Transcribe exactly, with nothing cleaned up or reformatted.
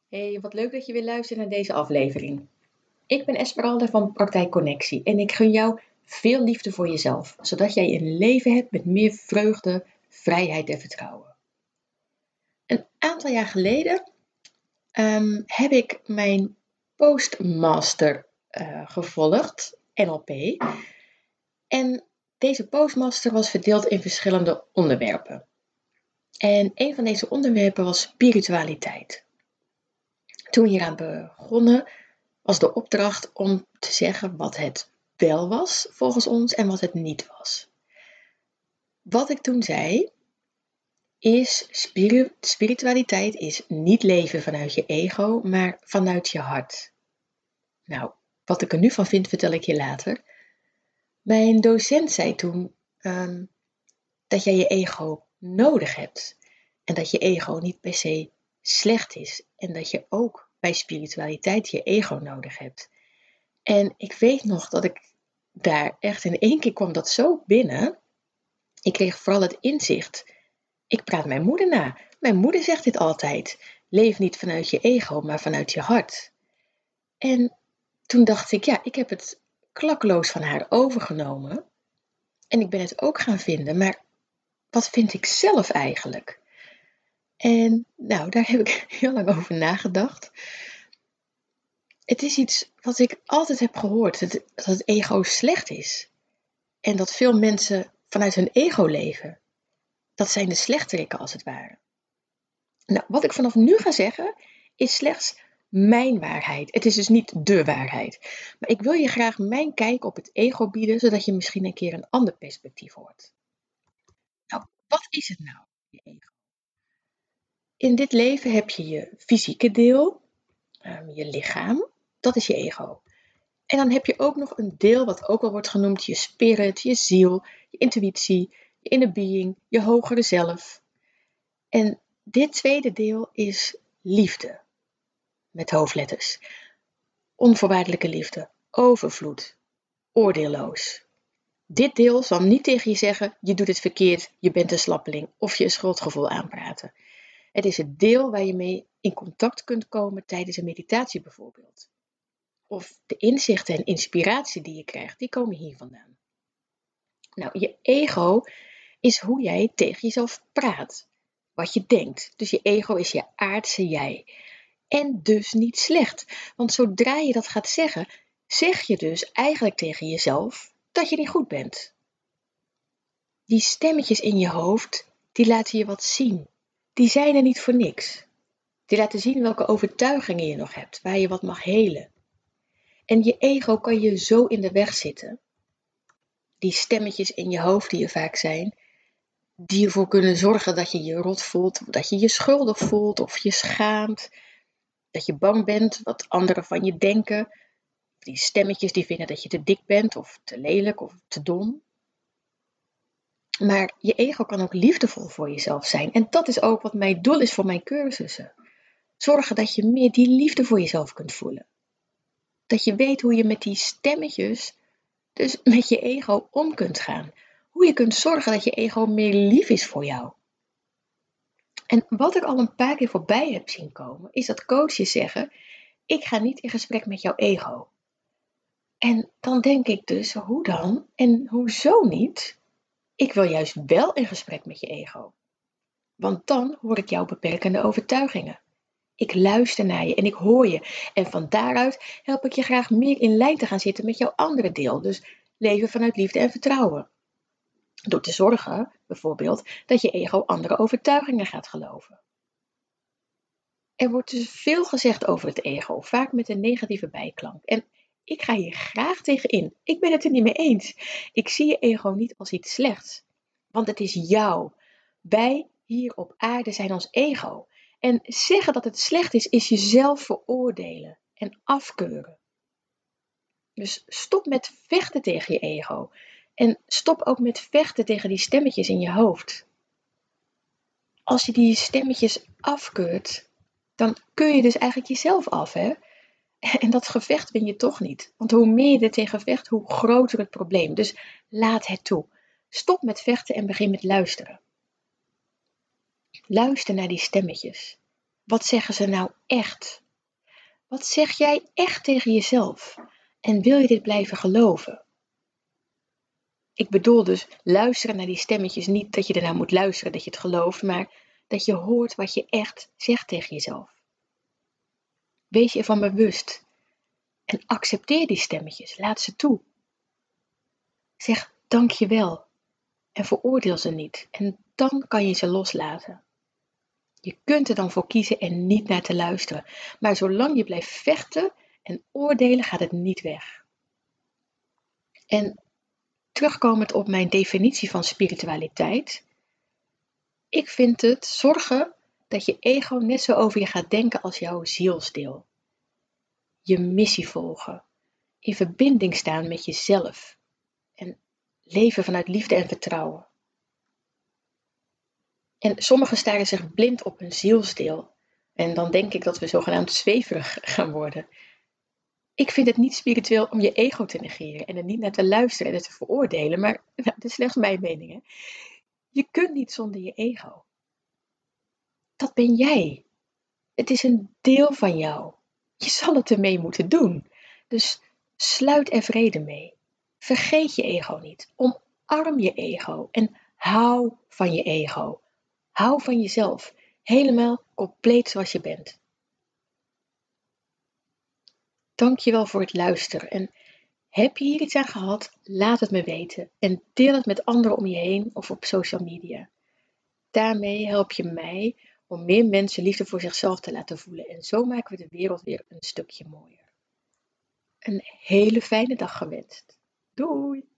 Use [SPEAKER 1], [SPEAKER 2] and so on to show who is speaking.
[SPEAKER 1] Hey, wat leuk dat je weer luistert naar deze aflevering. Ik ben Esmeralda van Praktijk Connectie en ik gun jou veel liefde voor jezelf, zodat jij een leven hebt met meer vreugde, vrijheid en vertrouwen. Een aantal jaar geleden um, heb ik mijn postmaster uh, gevolgd, N L P. En deze postmaster was verdeeld in verschillende onderwerpen. En een van deze onderwerpen was spiritualiteit. Toen we hieraan begonnen, was de opdracht om te zeggen wat het wel was volgens ons en wat het niet was. Wat ik toen zei, is spiritualiteit is niet leven vanuit je ego, maar vanuit je hart. Nou, wat ik er nu van vind, vertel ik je later. Mijn docent zei toen um, dat jij je ego nodig hebt. En dat je ego niet per se slecht is. En dat je ook bij spiritualiteit je ego nodig hebt. En ik weet nog dat ik daar echt in één keer kwam dat zo binnen. Ik kreeg vooral het inzicht. Ik praat mijn moeder na. Mijn moeder zegt dit altijd. Leef niet vanuit je ego, maar vanuit je hart. En toen dacht ik, ja, ik heb het klakkeloos van haar overgenomen. En ik ben het ook gaan vinden, maar wat vind ik zelf eigenlijk? En nou, daar heb ik heel lang over nagedacht. Het is iets wat ik altijd heb gehoord, dat het ego slecht is. En dat veel mensen vanuit hun ego leven. Dat zijn de slechterikken als het ware. Nou, wat ik vanaf nu ga zeggen, is slechts mijn waarheid. Het is dus niet de waarheid. Maar ik wil je graag mijn kijk op het ego bieden, zodat je misschien een keer een ander perspectief hoort. Nou, wat is het nou, je ego? In dit leven heb je je fysieke deel, um, je lichaam, dat is je ego. En dan heb je ook nog een deel wat ook wel wordt genoemd je spirit, je ziel, je intuïtie, je inner being, je hogere zelf. En dit tweede deel is liefde, met hoofdletters. Onvoorwaardelijke liefde, overvloed, oordeelloos. Dit deel zal niet tegen je zeggen, je doet het verkeerd, je bent een slappeling of je een schuldgevoel aanpraten. Het is het deel waar je mee in contact kunt komen tijdens een meditatie bijvoorbeeld. Of de inzichten en inspiratie die je krijgt, die komen hier vandaan. Nou, je ego is hoe jij tegen jezelf praat. Wat je denkt. Dus je ego is je aardse jij. En dus niet slecht. Want zodra je dat gaat zeggen, zeg je dus eigenlijk tegen jezelf dat je niet goed bent. Die stemmetjes in je hoofd, die laten je wat zien. Die zijn er niet voor niks. Die laten zien welke overtuigingen je nog hebt, waar je wat mag helen. En je ego kan je zo in de weg zitten. Die stemmetjes in je hoofd die er vaak zijn, die ervoor kunnen zorgen dat je je rot voelt, dat je je schuldig voelt of je schaamt, dat je bang bent wat anderen van je denken. Die stemmetjes die vinden dat je te dik bent of te lelijk of te dom. Maar je ego kan ook liefdevol voor jezelf zijn. En dat is ook wat mijn doel is voor mijn cursussen. Zorgen dat je meer die liefde voor jezelf kunt voelen. Dat je weet hoe je met die stemmetjes, dus met je ego om kunt gaan. Hoe je kunt zorgen dat je ego meer lief is voor jou. En wat ik al een paar keer voorbij heb zien komen, is dat coaches zeggen, ik ga niet in gesprek met jouw ego. En dan denk ik dus, hoe dan? En hoezo niet? Ik wil juist wel in gesprek met je ego. Want dan hoor ik jouw beperkende overtuigingen. Ik luister naar je en ik hoor je. En van daaruit help ik je graag meer in lijn te gaan zitten met jouw andere deel. Dus leven vanuit liefde en vertrouwen. Door te zorgen, bijvoorbeeld, dat je ego andere overtuigingen gaat geloven. Er wordt dus veel gezegd over het ego, vaak met een negatieve bijklank. En ik ga hier graag tegen in. Ik ben het er niet mee eens. Ik zie je ego niet als iets slechts. Want het is jou. Wij hier op aarde zijn ons ego. En zeggen dat het slecht is, is jezelf veroordelen en afkeuren. Dus stop met vechten tegen je ego. En stop ook met vechten tegen die stemmetjes in je hoofd. Als je die stemmetjes afkeurt, dan keur je dus eigenlijk jezelf af, hè? En dat gevecht win je toch niet. Want hoe meer je er tegen vecht, hoe groter het probleem. Dus laat het toe. Stop met vechten en begin met luisteren. Luister naar die stemmetjes. Wat zeggen ze nou echt? Wat zeg jij echt tegen jezelf? En wil je dit blijven geloven? Ik bedoel dus luisteren naar die stemmetjes, niet dat je ernaar moet luisteren, dat je het gelooft, maar dat je hoort wat je echt zegt tegen jezelf. Wees je ervan bewust en accepteer die stemmetjes, laat ze toe. Zeg dankjewel en veroordeel ze niet en dan kan je ze loslaten. Je kunt er dan voor kiezen er niet naar te luisteren, maar zolang je blijft vechten en oordelen gaat het niet weg. En terugkomend op mijn definitie van spiritualiteit. Ik vind het zorgen dat je ego net zo over je gaat denken als jouw zielsdeel. Je missie volgen. In verbinding staan met jezelf. En leven vanuit liefde en vertrouwen. En sommigen staren zich blind op hun zielsdeel. En dan denk ik dat we zogenaamd zweverig gaan worden. Ik vind het niet spiritueel om je ego te negeren en er niet naar te luisteren en het te veroordelen, maar nou, dat is slechts mijn mening. Hè? Je kunt niet zonder je ego. Dat ben jij. Het is een deel van jou. Je zal het ermee moeten doen. Dus sluit er vrede mee. Vergeet je ego niet. Omarm je ego en hou van je ego. Hou van jezelf. Helemaal compleet zoals je bent. Dank je wel voor het luisteren. En heb je hier iets aan gehad? Laat het me weten. En deel het met anderen om je heen of op social media. Daarmee help je mij om meer mensen liefde voor zichzelf te laten voelen. En zo maken we de wereld weer een stukje mooier. Een hele fijne dag gewenst. Doei!